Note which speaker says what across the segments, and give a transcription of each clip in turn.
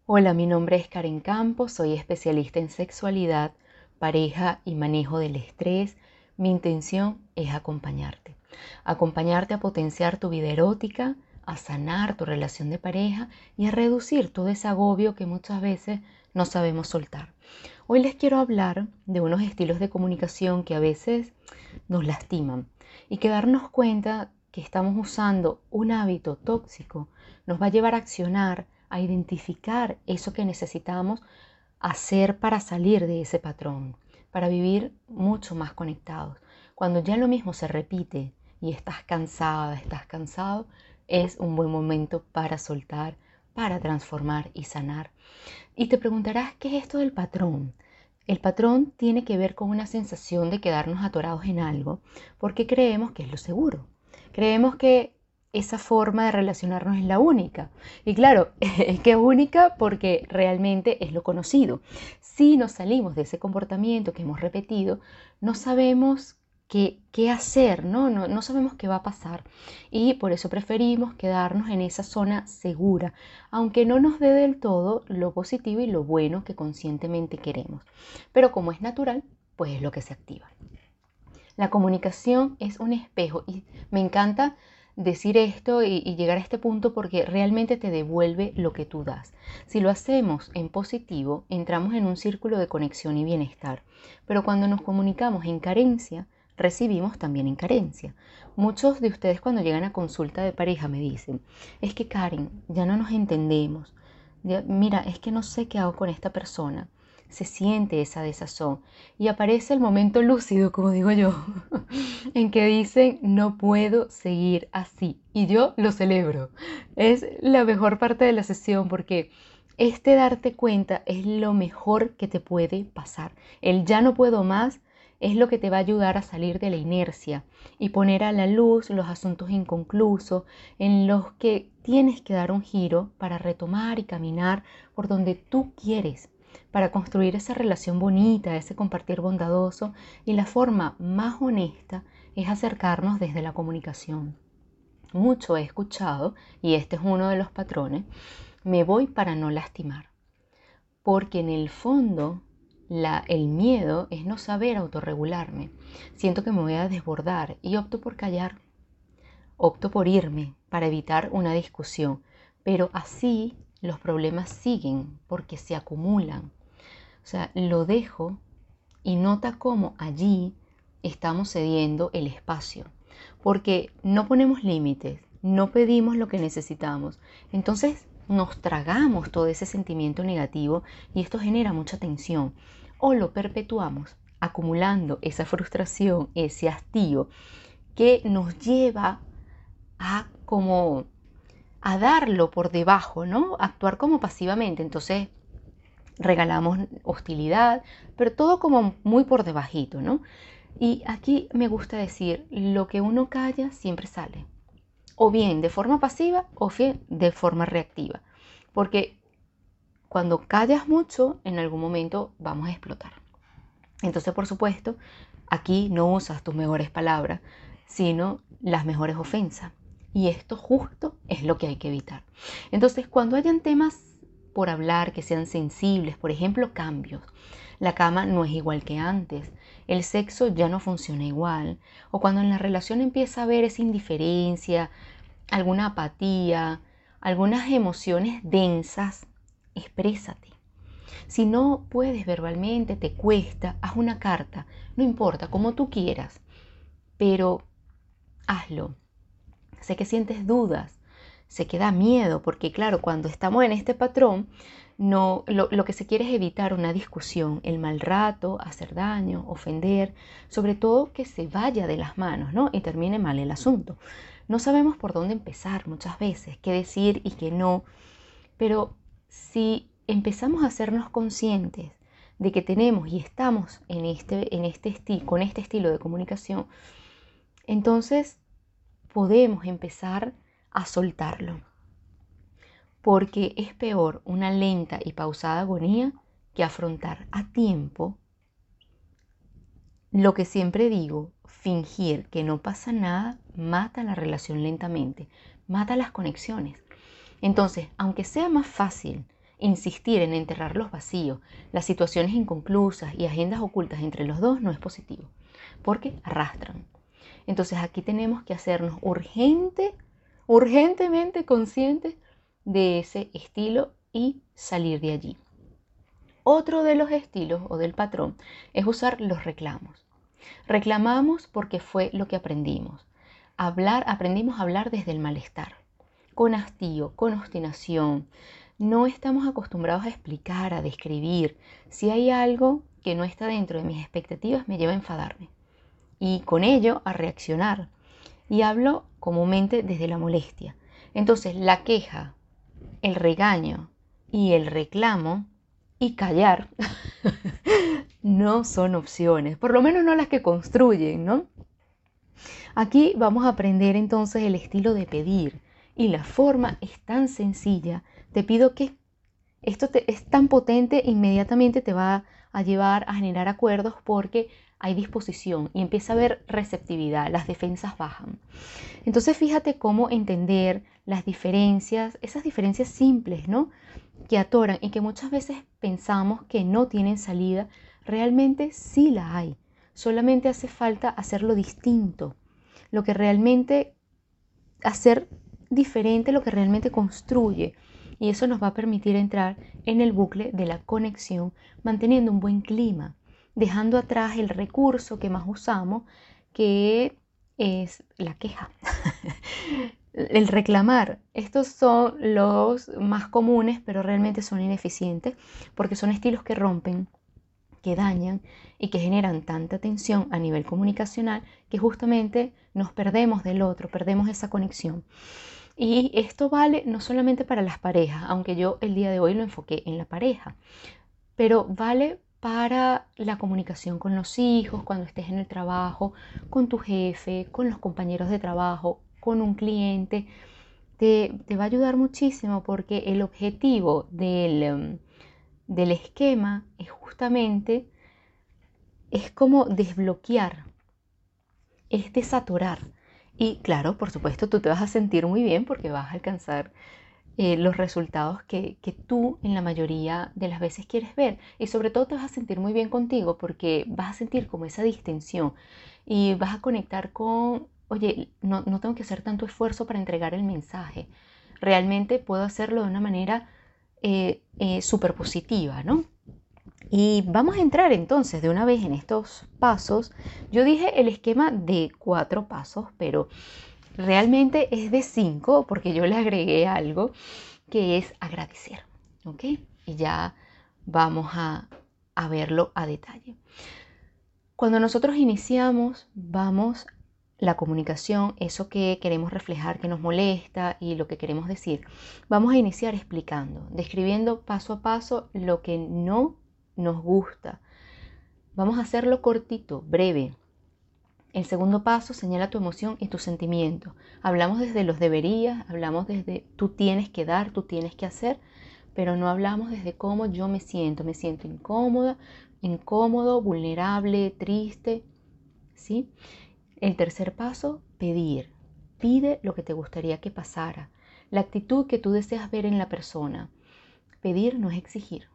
Speaker 1: Hola, mi nombre es Karen Campos, soy especialista en sexualidad, pareja y manejo del estrés. Mi intención es acompañarte a potenciar tu vida erótica, a sanar tu relación de pareja y a reducir todo ese agobio que muchas veces no sabemos soltar. Hoy les quiero hablar de unos estilos de comunicación que a veces nos lastiman y que darnos cuenta que estamos usando un hábito tóxico nos va a llevar a accionar, a identificar eso que necesitamos hacer para salir de ese patrón, para vivir mucho más conectados. Cuando ya lo mismo se repite y estás cansada, estás cansado, es un buen momento para soltar, para transformar y sanar. Y te preguntarás, ¿qué es esto del patrón? El patrón tiene que ver con una sensación de quedarnos atorados en algo porque creemos que es lo seguro. Creemos que esa forma de relacionarnos es la única. Y claro, es que es única porque realmente es lo conocido. Si nos salimos de ese comportamiento que hemos repetido, no sabemos qué hacer, ¿no? No sabemos qué va a pasar. Y por eso preferimos quedarnos en esa zona segura, aunque no nos dé del todo lo positivo y lo bueno que conscientemente queremos. Pero como es natural, pues es lo que se activa. La comunicación es un espejo y me encanta decir esto y llegar a este punto porque realmente te devuelve lo que tú das. Si lo hacemos en positivo, entramos en un círculo de conexión y bienestar. Pero cuando nos comunicamos en carencia, recibimos también en carencia. Muchos de ustedes cuando llegan a consulta de pareja me dicen, es que Karen, ya no nos entendemos. Mira, es que no sé qué hago con esta persona. Se siente esa desazón y aparece el momento lúcido, como digo yo, en que dicen no puedo seguir así y yo lo celebro. Es la mejor parte de la sesión porque este darte cuenta es lo mejor que te puede pasar. El ya no puedo más es lo que te va a ayudar a salir de la inercia y poner a la luz los asuntos inconclusos en los que tienes que dar un giro para retomar y caminar por donde tú quieres, para construir esa relación bonita, ese compartir bondadoso, y la forma más honesta es acercarnos desde la comunicación. Mucho he escuchado, y este es uno de los patrones, me voy para no lastimar, porque en el fondo el miedo es no saber autorregularme. Siento que me voy a desbordar y opto por callar, opto por irme para evitar una discusión, pero así los problemas siguen porque se acumulan. O sea, lo dejo y nota cómo allí estamos cediendo el espacio, porque no ponemos límites, no pedimos lo que necesitamos. Entonces nos tragamos todo ese sentimiento negativo y esto genera mucha tensión. O lo perpetuamos acumulando esa frustración, ese hastío que nos lleva a como a darlo por debajo, ¿no? Actuar como pasivamente. Entonces regalamos hostilidad, pero todo como muy por debajito, ¿no? Y aquí me gusta decir, lo que uno calla siempre sale, o bien de forma pasiva o bien de forma reactiva, porque cuando callas mucho, en algún momento vamos a explotar. Entonces, por supuesto, aquí no usas tus mejores palabras, sino las mejores ofensas. Y esto justo es lo que hay que evitar. Entonces, cuando hayan temas por hablar que sean sensibles, por ejemplo, cambios, la cama no es igual que antes, el sexo ya no funciona igual, o cuando en la relación empieza a haber esa indiferencia, alguna apatía, algunas emociones densas, exprésate. Si no puedes verbalmente, te cuesta, haz una carta, no importa, como tú quieras, pero hazlo. Sé que sientes dudas, sé que da miedo, porque claro, cuando estamos en este patrón, no, lo que se quiere es evitar una discusión, el mal rato, hacer daño, ofender, sobre todo que se vaya de las manos, ¿no? Y termine mal el asunto. No sabemos por dónde empezar muchas veces, qué decir y qué no, pero si empezamos a hacernos conscientes de que tenemos y estamos con este estilo de comunicación, entonces podemos empezar a soltarlo. Porque es peor una lenta y pausada agonía que afrontar a tiempo lo que siempre digo, fingir que no pasa nada mata la relación lentamente, mata las conexiones. Entonces, aunque sea más fácil insistir en enterrar los vacíos, las situaciones inconclusas y agendas ocultas entre los dos no es positivo, porque arrastran. Entonces aquí tenemos que hacernos urgentemente conscientes de ese estilo y salir de allí. Otro de los estilos o del patrón es usar los reclamos. Reclamamos porque fue lo que aprendimos. Aprendimos a hablar desde el malestar, con hastío, con obstinación. No estamos acostumbrados a explicar, a describir. Si hay algo que no está dentro de mis expectativas, me lleva a enfadarme y con ello a reaccionar. Y hablo comúnmente desde la molestia. Entonces, la queja, el regaño y el reclamo y callar no son opciones, por lo menos no las que construyen, ¿no? Aquí vamos a aprender entonces el estilo de pedir y la forma es tan sencilla. Te pido que esto es tan potente, inmediatamente te va a llevar a generar acuerdos porque hay disposición y empieza a haber receptividad, las defensas bajan. Entonces fíjate cómo entender las diferencias, esas diferencias simples, ¿no? Que atoran y que muchas veces pensamos que no tienen salida, realmente sí la hay. Solamente hace falta hacerlo distinto, lo que realmente, hacer diferente lo que realmente construye. Y eso nos va a permitir entrar en el bucle de la conexión, manteniendo un buen clima, dejando atrás el recurso que más usamos, que es la queja. El reclamar. Estos son los más comunes, pero realmente son ineficientes porque son estilos que rompen, que dañan y que generan tanta tensión a nivel comunicacional que justamente nos perdemos del otro, perdemos esa conexión. Y esto vale no solamente para las parejas, aunque yo el día de hoy lo enfoqué en la pareja, pero vale para la comunicación con los hijos, cuando estés en el trabajo, con tu jefe, con los compañeros de trabajo, con un cliente. Te va a ayudar muchísimo porque el objetivo del esquema es justamente, es como desbloquear, es desatorar. Y claro, por supuesto, tú te vas a sentir muy bien porque vas a alcanzar los resultados que tú en la mayoría de las veces quieres ver. Y sobre todo te vas a sentir muy bien contigo porque vas a sentir como esa distensión y vas a conectar con, oye, no tengo que hacer tanto esfuerzo para entregar el mensaje. Realmente puedo hacerlo de una manera súper positiva, ¿no? Y vamos a entrar entonces de una vez en estos pasos. Yo dije el esquema de 4 pasos, pero realmente es de 5 porque yo le agregué algo que es agradecer, ¿ok? Y ya vamos a verlo a detalle. Cuando nosotros iniciamos, la comunicación, eso que queremos reflejar, que nos molesta y lo que queremos decir, vamos a iniciar explicando, describiendo paso a paso lo que no nos gusta. Vamos a hacerlo cortito, breve. El segundo paso, señala tu emoción y tu sentimiento. Hablamos desde los deberías, hablamos desde tú tienes que dar, tú tienes que hacer, pero no hablamos desde cómo yo me siento incómoda, incómodo, vulnerable, triste, ¿sí? El tercer paso, pedir. Pide lo que te gustaría que pasara, la actitud que tú deseas ver en la persona. Pedir no es exigir.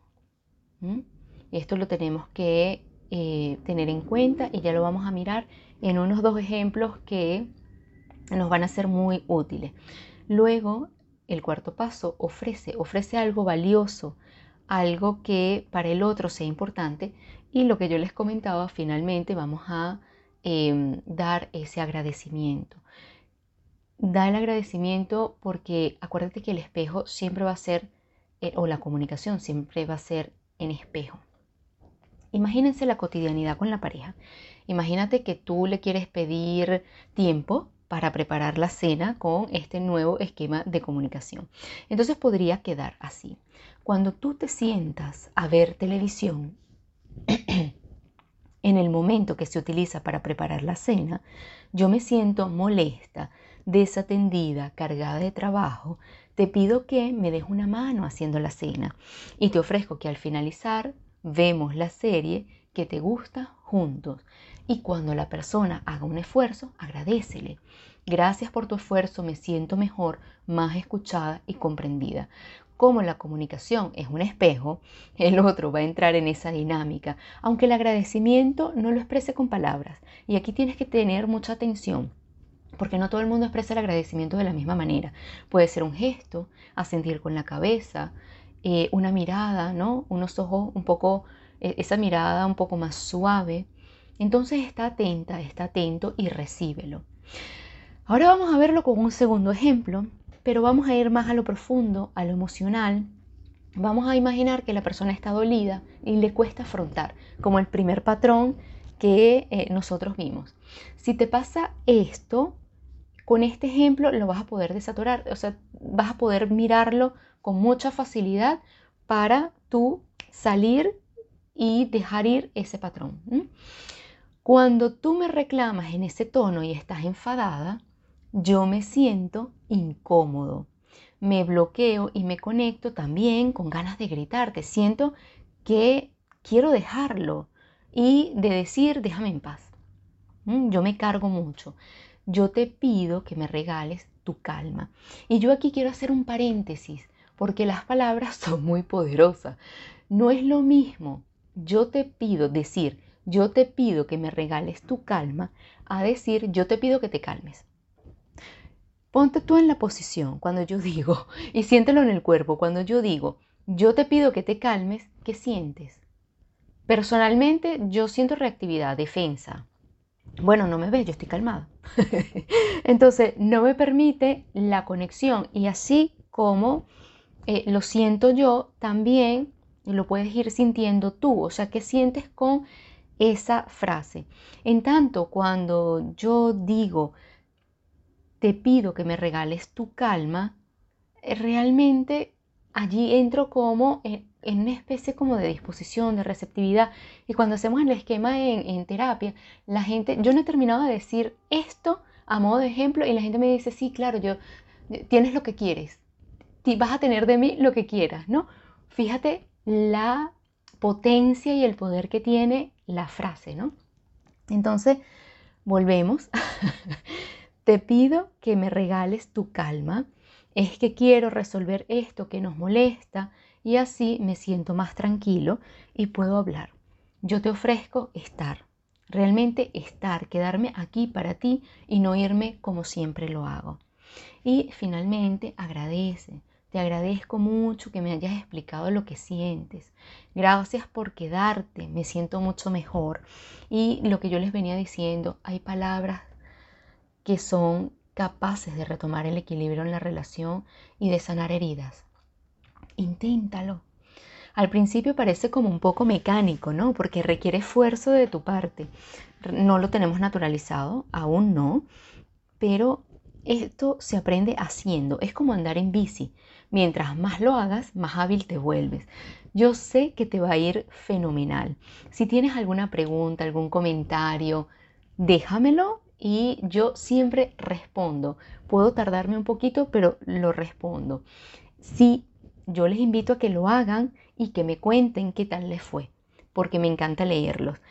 Speaker 1: Esto lo tenemos que tener en cuenta y ya lo vamos a mirar en unos 2 ejemplos que nos van a ser muy útiles. Luego, el cuarto paso, ofrece algo valioso, algo que para el otro sea importante, y lo que yo les comentaba, finalmente vamos a dar ese agradecimiento. Da el agradecimiento porque acuérdate que el espejo siempre va a ser, o la comunicación siempre va a ser en espejo. Imagínense la cotidianidad con la pareja. Imagínate que tú le quieres pedir tiempo para preparar la cena con este nuevo esquema de comunicación. Entonces podría quedar así. Cuando tú te sientas a ver televisión, en el momento que se utiliza para preparar la cena, yo me siento molesta, desatendida, cargada de trabajo. Te pido que me des una mano haciendo la cena y te ofrezco que al finalizar vemos la serie que te gusta juntos. Y cuando la persona haga un esfuerzo, agradécele. Gracias por tu esfuerzo, me siento mejor, más escuchada y comprendida. como la comunicación es un espejo, el otro va a entrar en esa dinámica, aunque el agradecimiento no lo exprese con palabras. Y aquí tienes que tener mucha atención, porque no todo el mundo expresa el agradecimiento de la misma manera. Puede ser un gesto, asentir con la cabeza, una mirada, ¿no? Unos ojos un poco, esa mirada un poco más suave. Entonces está atenta, está atento y recíbelo. Ahora vamos a verlo con un segundo ejemplo, pero vamos a ir más a lo profundo, a lo emocional. Vamos a imaginar que la persona está dolida y le cuesta afrontar, como el primer patrón que nosotros vimos. Si te pasa esto, con este ejemplo lo vas a poder desatorar, o sea, vas a poder mirarlo con mucha facilidad para tú salir y dejar ir ese patrón. Cuando tú me reclamas en ese tono y estás enfadada, yo me siento incómodo. Me bloqueo y me conecto también con ganas de gritarte. Siento que quiero dejarlo y de decir, déjame en paz. Yo me cargo mucho. Yo te pido que me regales tu calma. Y yo aquí quiero hacer un paréntesis, porque las palabras son muy poderosas. No es lo mismo yo te pido decir, yo te pido que me regales tu calma, a decir, yo te pido que te calmes. Ponte tú en la posición cuando yo digo, y siéntelo en el cuerpo, cuando yo digo, yo te pido que te calmes, ¿qué sientes? Personalmente yo siento reactividad, defensa. Bueno, no me ves, yo estoy calmada. Entonces, no me permite la conexión y así como lo siento yo, también lo puedes ir sintiendo tú. O sea, ¿qué sientes con esa frase? En tanto, cuando yo digo, te pido que me regales tu calma, realmente allí entro como en una especie como de disposición, de receptividad. Y cuando hacemos el esquema en terapia, la gente, yo no he terminado de decir esto a modo de ejemplo y la gente me dice, sí, claro, tienes lo que quieres, vas a tener de mí lo que quieras, ¿no? Fíjate la potencia y el poder que tiene la frase, ¿no? Entonces, volvemos. Te pido que me regales tu calma. Es que quiero resolver esto que nos molesta y así me siento más tranquilo y puedo hablar. Yo te ofrezco estar, realmente estar, quedarme aquí para ti y no irme como siempre lo hago. Y finalmente agradece. Te agradezco mucho que me hayas explicado lo que sientes. Gracias por quedarte, me siento mucho mejor. Y lo que yo les venía diciendo, hay palabras que son capaces de retomar el equilibrio en la relación y de sanar heridas. Inténtalo. Al principio parece como un poco mecánico, ¿no? Porque requiere esfuerzo de tu parte. No lo tenemos naturalizado, aún no, pero esto se aprende haciendo. Es como andar en bici. Mientras más lo hagas, más hábil te vuelves. Yo sé que te va a ir fenomenal. Si tienes alguna pregunta, algún comentario, déjamelo y yo siempre respondo. Puedo tardarme un poquito, pero lo respondo. Sí, yo les invito a que lo hagan y que me cuenten qué tal les fue, porque me encanta leerlos.